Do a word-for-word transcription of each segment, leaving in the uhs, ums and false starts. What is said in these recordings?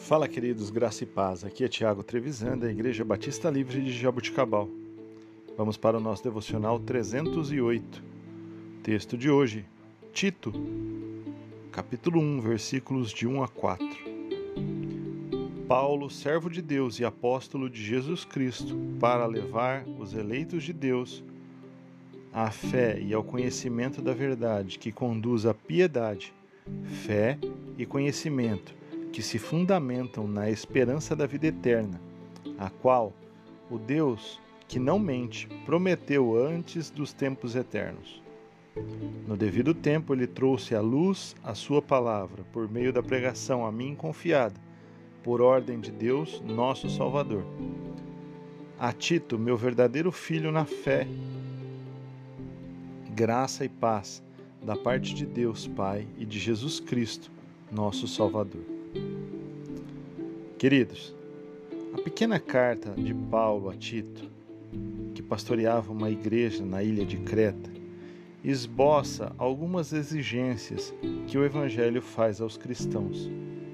Fala, queridos, graça e paz. Aqui é Tiago Trevisan, da Igreja Batista Livre de Jaboticabal. Vamos para o nosso devocional trezentos e oito. Texto de hoje, Tito, capítulo um, versículos de um a quatro. Paulo, servo de Deus e apóstolo de Jesus Cristo, para levar os eleitos de Deus à fé e ao conhecimento da verdade, que conduz à piedade, fé e conhecimento, que se fundamentam na esperança da vida eterna, a qual o Deus, que não mente, prometeu antes dos tempos eternos. No devido tempo, ele trouxe à luz a sua palavra, por meio da pregação a mim confiada, por ordem de Deus, nosso Salvador. A Tito, meu verdadeiro filho na fé, graça e paz, da parte de Deus Pai e de Jesus Cristo, nosso Salvador. Queridos, a pequena carta de Paulo a Tito, que pastoreava uma igreja na ilha de Creta, esboça algumas exigências que o Evangelho faz aos cristãos.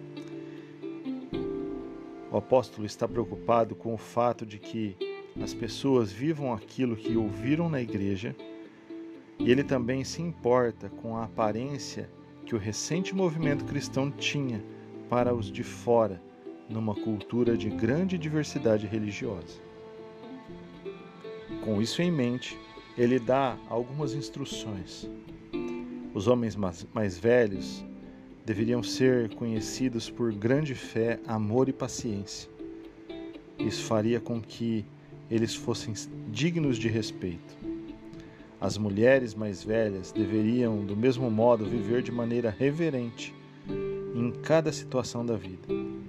O apóstolo está preocupado com o fato de que as pessoas vivam aquilo que ouviram na igreja, e ele também se importa com a aparência que o recente movimento cristão tinha para os de fora, numa cultura de grande diversidade religiosa. Com isso em mente, ele dá algumas instruções. Os homens mais velhos deveriam ser conhecidos por grande fé, amor e paciência. Isso faria com que eles fossem dignos de respeito. As mulheres mais velhas deveriam, do mesmo modo, viver de maneira reverente em cada situação da vida.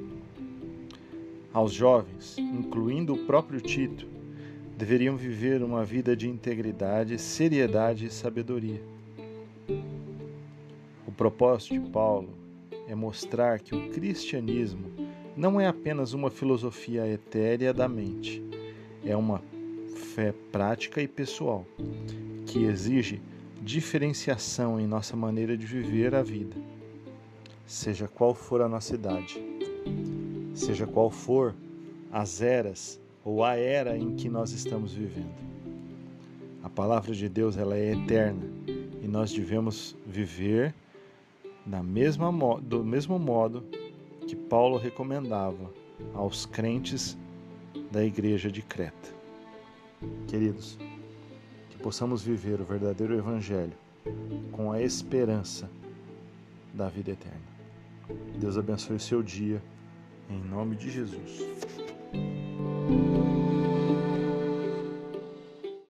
Aos jovens, incluindo o próprio Tito, deveriam viver uma vida de integridade, seriedade e sabedoria. O propósito de Paulo é mostrar que o cristianismo não é apenas uma filosofia etérea da mente, é uma fé prática e pessoal, que exige diferenciação em nossa maneira de viver a vida, seja qual for a nossa idade. Seja qual for as eras ou a era em que nós estamos vivendo. A palavra de Deus, ela é eterna e nós devemos viver da mesma, do mesmo modo que Paulo recomendava aos crentes da igreja de Creta. Queridos, que possamos viver o verdadeiro evangelho com a esperança da vida eterna. Deus abençoe o seu dia. Em nome de Jesus.